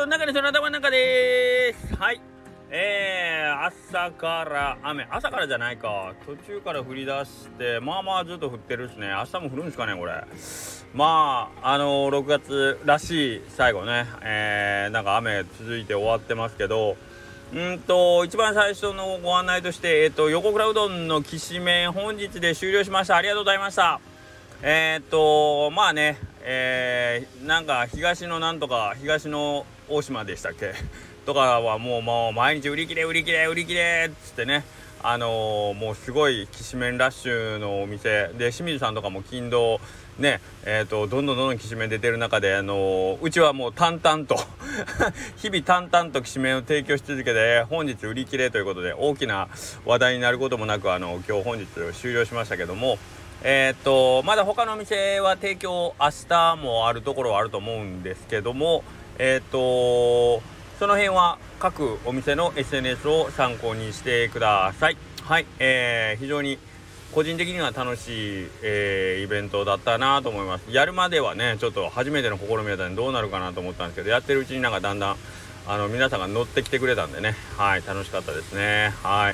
どん中でその頭の中でーす。はい。朝からじゃないか。途中から降り出して、まあまあずっと降ってるしね。明日も降るんですかね、これ。6月らしい最後ね。なんか雨続いて終わってますけど、一番最初のご案内として、横倉うどんのきしめん本日で終了しました。ありがとうございました。まあね、なんか東の大島でしたっけとかはもう毎日売り切れっつってね、もうすごいきしめんラッシュのお店で、清水さんとかも金土ね、どんどんきしめん出てる中で、うちはもう淡々と日々淡々ときしめんを提供し続けて、本日売り切れということで大きな話題になることもなく、今日本日終了しましたけども、まだ他のお店は提供明日もあるところはあると思うんですけども、その辺は各お店の SNS を参考にしてください。はい、非常に個人的には楽しい、イベントだったなと思います。やるまではね、ちょっと初めての試みだったんでどうなるかなと思ったんですけど、やってるうちになんかだんだん皆さんが乗ってきてくれたんでね、はい、楽しかったですね。はい、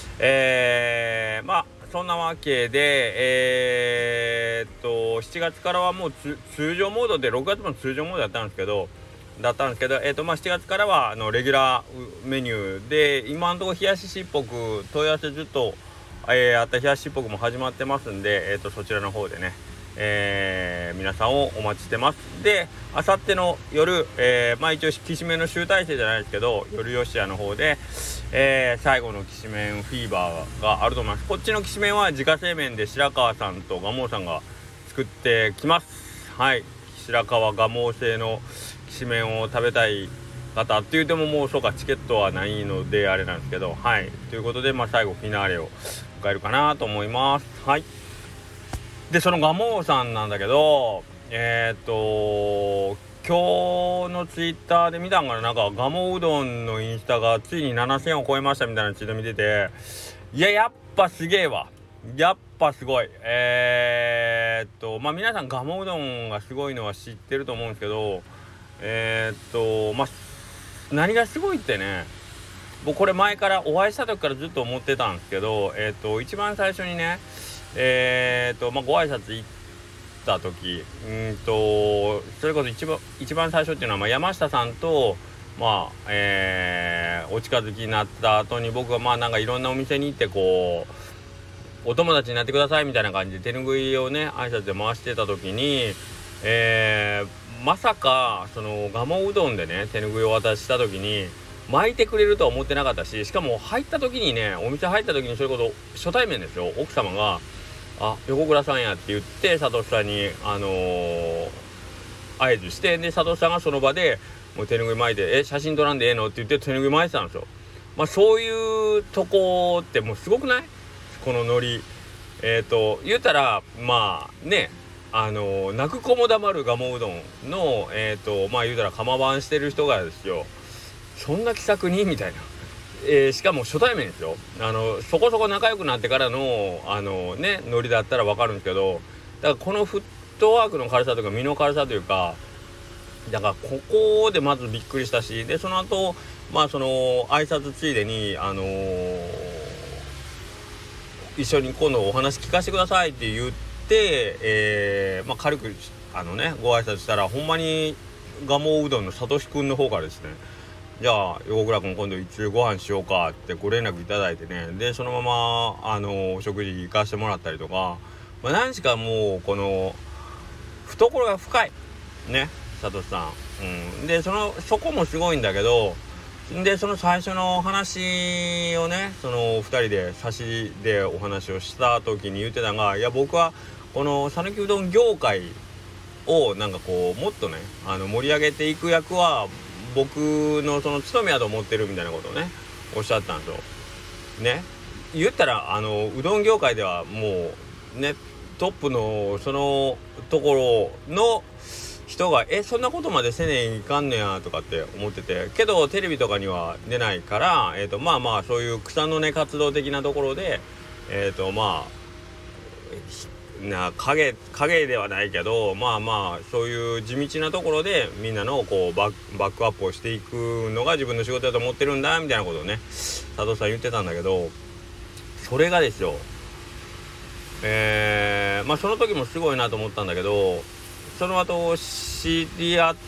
そんなわけで、7月からはもう通常モードで、6月も通常モードだったんですけど、7月からはレギュラーメニューで、今のところ冷やししっぽく問い合わせずっと、あった冷やししっぽくも始まってますんで、そちらの方でね、皆さんをお待ちしてます。で、あさっての夜、一応きしめんの集大成じゃないですけど、夜吉屋の方で、最後のきしめんフィーバーがあると思います。こっちのきしめんは自家製麺で白川さんと蒲生さんが作ってきます。はい、白川蒲生製のきしめんを食べたい方って言っても、もうそうか、チケットはないのであれなんですけど、はい、ということで、最後フィナーレを迎えるかなと思います。はい。で、その蒲生さんなんだけど、今日のツイッターで見たんかな、なんか蒲生うどんのインスタがついに7000を超えましたみたいなツイート見てて、やっぱすげえわ。やっぱすごい。皆さん蒲生うどんがすごいのは知ってると思うんですけど、何がすごいってね、僕これ前からお会いした時からずっと思ってたんですけど、一番最初にね、ご挨拶行った時、それこそ一番最初っていうのは、山下さんとお近づきになった後に、僕はなんかいろんなお店に行ってこうお友達になってくださいみたいな感じで手拭いをね挨拶で回してた時に、まさかその蒲生うどんでね手拭いを渡した時に巻いてくれるとは思ってなかったし、しかも入った時にね、お店入った時にそれこそ初対面ですよ、奥様が横倉さんやって言って佐藤さんに合図して、で佐藤さんがその場でもう手拭い巻いて写真撮らんでええのって言って手拭い巻いてたんですよ。そういうとこってもうすごくない？このノリ。言ったら泣く子も黙る蒲生うどんの言うたら釜番してる人がですよ、そんな気さくにみたいな、しかも初対面ですよ。そこそこ仲良くなってからのノリだったら分かるんですけど、だからこのフットワークの軽さというか身の軽さというか、だからここでまずびっくりしたし、でその後その挨拶ついでに一緒に今度お話聞かせてくださいって言って、軽くご挨拶したら、ほんまに蒲生うどんのさとしくんの方からですね、じゃあ横倉君今度一応ご飯しようかってご連絡いただいてね、でそのままお食事行かせてもらったりとか、何しかもうこの懐が深いね、佐藤さん、でそこもすごいんだけど、でその最初の話をね、その2人で差しでお話をした時に言ってたのが、いや僕はこの讃岐うどん業界をなんかこうもっとね盛り上げていく役は僕のその務めやと思ってるみたいなことをねおっしゃったんですよね。言ったらうどん業界ではもうねトップのそのところの人がそんなことまでせねえいかんねやとかって思ってて、けどテレビとかには出ないから、そういう草の根活動的なところで影ではないけど、まあまあそういう地道なところでみんなのこうバックアップをしていくのが自分の仕事だと思ってるんだみたいなことをね佐藤さん言ってたんだけど、それがですよ、まあその時もすごいなと思ったんだけど、その後知り合って、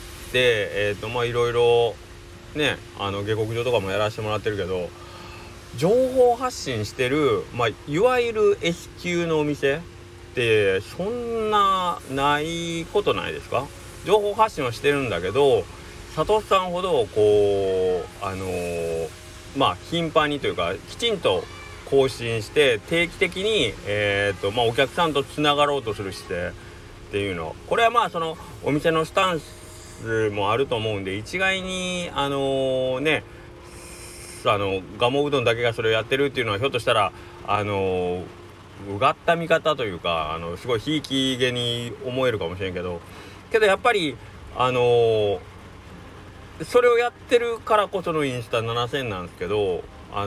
まあいろいろね下克上とかもやらせてもらってるけど、情報発信してる、まあ、いわゆる S 級のお店ってそんなないことないですか？情報発信はしてるんだけど、佐藤さんほどこうまあ頻繁にというかきちんと更新して定期的に、まあ、お客さんとつながろうとする姿勢っていうの、これはまあそのお店のスタンスもあると思うんで、一概にねガモうどんだけがそれをやってるっていうのはひょっとしたらうがった見方というかすごいひいきげに思えるかもしれんけどやっぱりそれをやってるからこそのインスタ7000なんですけど、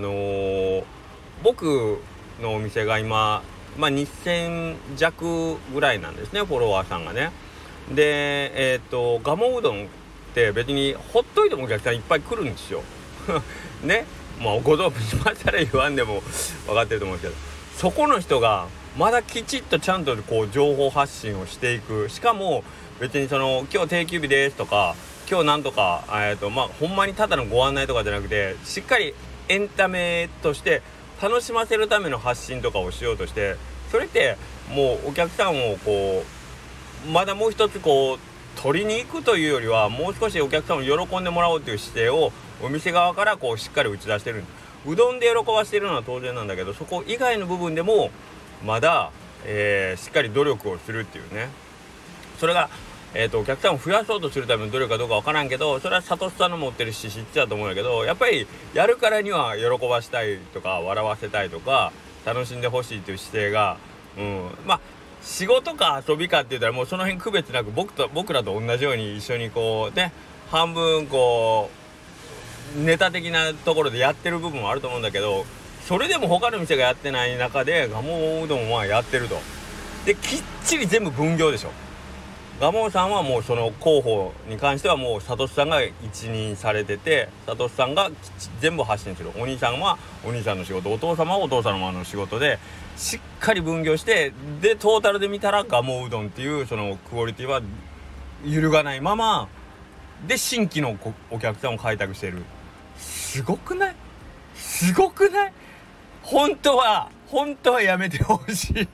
僕のお店が今、まあ、2000弱ぐらいなんですね、フォロワーさんがね。でガモうどんって別にほっといてもお客さんいっぱい来るんですよね、まあご存知しましたら言わんでも分かってると思うんですけど、そこの人がまだきちっとちゃんとこう情報発信をしていく。しかも別にその今日定休日ですとか今日なんとかまあほんまにただのご案内とかじゃなくて、しっかりエンタメとして楽しませるための発信とかをしようとして、それってもうお客さんをこうまだもう一つこう取りに行くというよりは、もう少しお客さんを喜んでもらおうという姿勢をお店側からこうしっかり打ち出してる。うどんで喜ばしてるのは当然なんだけど、そこ以外の部分でもまだ、しっかり努力をするっていうね。それが、お客さんを増やそうとするための努力かどうかわからんけど、それは佐藤さんの持ってる資質だと思うんだけど、やっぱりやるからには喜ばしたいとか笑わせたいとか楽しんでほしいという姿勢が、まあ仕事か遊びかって言ったらもうその辺区別なく僕らと同じように一緒にこうね半分こうネタ的なところでやってる部分もあると思うんだけど、それでも他の店がやってない中でガモうどんはやってると。できっちり全部分業でしょ。ガモさんはもうその広報に関してはもうサトシさんが一任されてて、サトシさんが全部発信する。お兄さんはお兄さんの仕事、お父様はお父様の仕事でしっかり分業して、でトータルで見たらガモうどんっていうそのクオリティは揺るがないままで新規のお客さんを開拓してる。すごくない？すごくない？本当はやめてほしい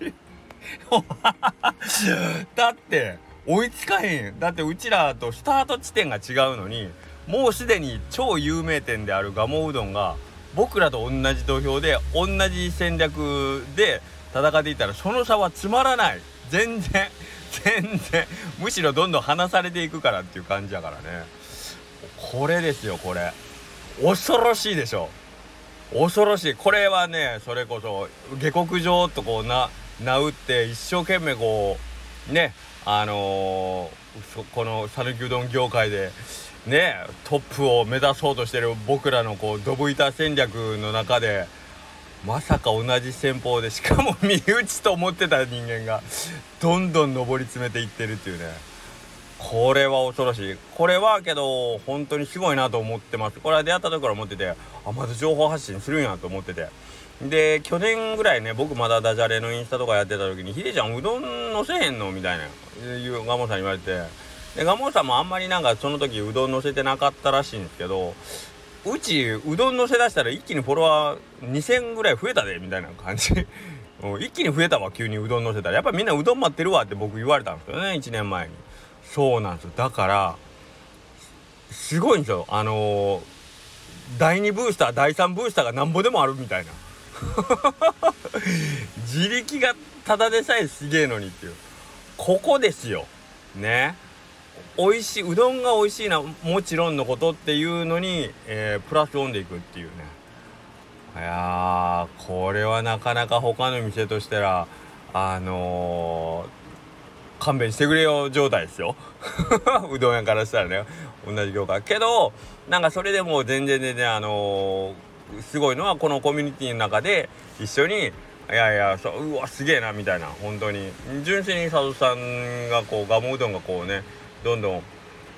だって追いつかへん。だってうちらとスタート地点が違うのに、もうすでに超有名店であるガモうどんが僕らと同じ土俵で同じ戦略で戦っていたら、その差はつまらない。全然むしろどんどん離されていくからっていう感じだからね。これですよ、これ恐ろしいでしょ。恐ろしい。これはね、それこそ下克上とこう名打って一生懸命こうねこの讃岐うどん業界でねトップを目指そうとしてる僕らのこうドブ板戦略の中で、まさか同じ戦法で、しかも身内と思ってた人間がどんどん上り詰めていってるっていうね。これは恐ろしい。これはけど本当にすごいなと思ってます。これは出会った時から思ってて、まず情報発信するんやと思ってて、で去年ぐらいね、僕まだダジャレのインスタとかやってた時に、ヒデちゃんうどん乗せへんのみたいないうガモさんに言われて、でガモさんもあんまりなんかその時うどん乗せてなかったらしいんですけど、うちうどん乗せ出したら一気にフォロワー2000ぐらい増えたでみたいな感じ一気に増えたわ。急にうどん乗せたらやっぱみんなうどん待ってるわって僕言われたんですよね、1年前に。そうなんですよ。だからすごいんですよ。第2ブースター第3ブースターがなんぼでもあるみたいな自力がただでさえすげえのにっていう、ここですよね。美味しいうどんが美味しいなもちろんのことっていうのに、プラスオンでいくっていうね。いやー、これはなかなか他の店としては勘弁してくれよ状態ですようどん屋からしたらね、同じ業界けどなんかそれでも全然すごいのは、このコミュニティの中で一緒に、 いやいや、うわすげえなみたいな、本当に純粋に佐藤さんがこうガモうどんがこうねどんどん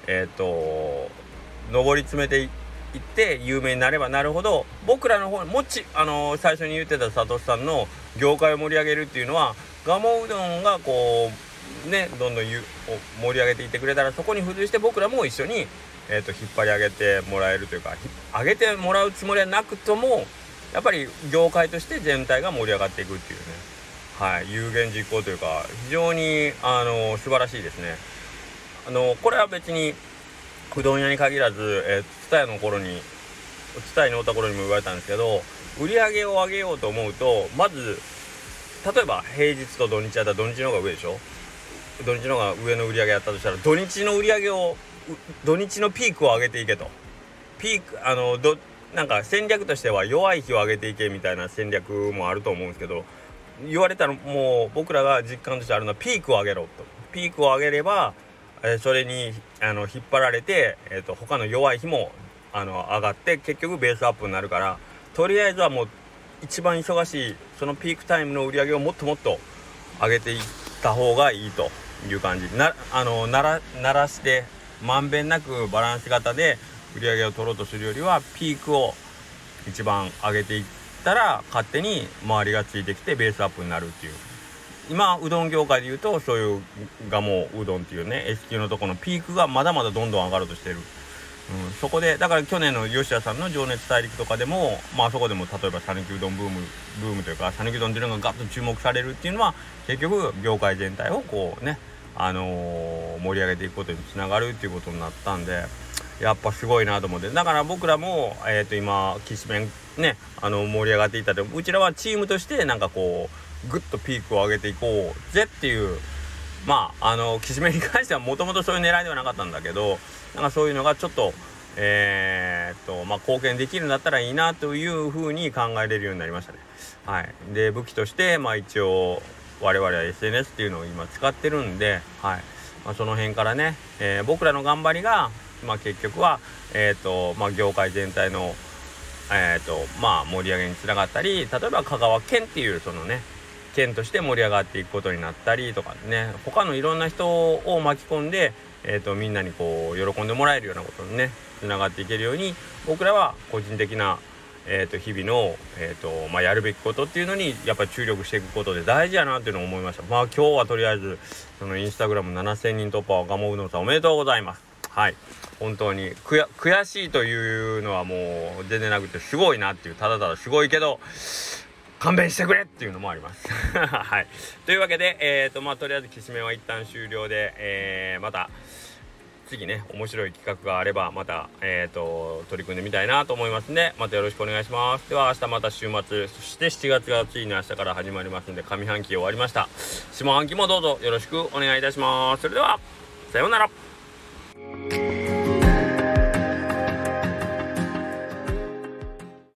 上り詰めていって有名になればなるほど、僕らの方最初に言ってた佐藤さんの業界を盛り上げるっていうのは、ガモうどんがこうねどんどん盛り上げていってくれたら、そこに付随して僕らも一緒に引っ張り上げてもらえるというか、上げてもらうつもりはなくともやっぱり業界として全体が盛り上がっていくっていうね、はい、有言実行というか非常に素晴らしいですね。これは別にうどん屋に限らずTSUTAYAにおった頃にも言われたんですけど、売り上げを上げようと思うと、まず例えば平日と土日だったら土日の方が上でしょ。土日の方が上の売り上げやったとしたら、土日の売り上げを土日のピークを上げていけと。ピークなんか戦略としては弱い日を上げていけみたいな戦略もあると思うんですけど、言われたらもう僕らが実感としてあるのはピークを上げろと。ピークを上げれば、それに引っ張られて、他の弱い日も上がって結局ベースアップになるから、とりあえずはもう一番忙しいそのピークタイムの売り上げをもっともっと上げていった方がいいという感じならしてまんべんなくバランス型で売り上げを取ろうとするよりは、ピークを一番上げていったら勝手に周りがついてきてベースアップになるっていう、今うどん業界でいうとそういうガモうどんっていうね S級のところのピークがまだまだどんどん上がろうとしてる。そこでだから去年の吉田さんの情熱大陸とかでも、あそこでも例えば讃岐うどんブームというか、讃岐うどんっていうのがガッと注目されるっていうのは、結局業界全体をこうね、盛り上げていくことにつながるっていうことになったんで、やっぱすごいなと思って、だから僕らも今きしめんね盛り上がっていったで、うちらはチームとしてなんかこうグッとピークを上げていこうぜっていう、きしめんに関してはもともとそういう狙いではなかったんだけど、なんかそういうのがちょっと貢献できるんだったらいいなというふうに考えれるようになりましたね。はい。で武器として一応我々は SNS っていうのを今使ってるんで、はい。その辺からね、僕らの頑張りが結局は業界全体の盛り上げにつながったり、例えば香川県っていうそのね県として盛り上がっていくことになったりとかね、他のいろんな人を巻き込んでみんなにこう喜んでもらえるようなことにねつながっていけるように、僕らは個人的な日々のやるべきことっていうのにやっぱり注力していくことで大事やなっていうのを思いました。今日はとりあえずそのインスタグラム7000人突破をガモうどんさんおめでとうございます。はい、本当に悔しいというのはもう全然なくて、すごいなっていう、ただただすごいけど勘弁してくれっていうのもありますはい、というわけでとりあえずきしめんは一旦終了で、また次ね面白い企画があればまた取り組んでみたいなと思いますんで、またよろしくお願いします。では明日また週末、そして7月がついに明日から始まりますんで、上半期終わりました。下半期もどうぞよろしくお願いいたします。それではさようなら。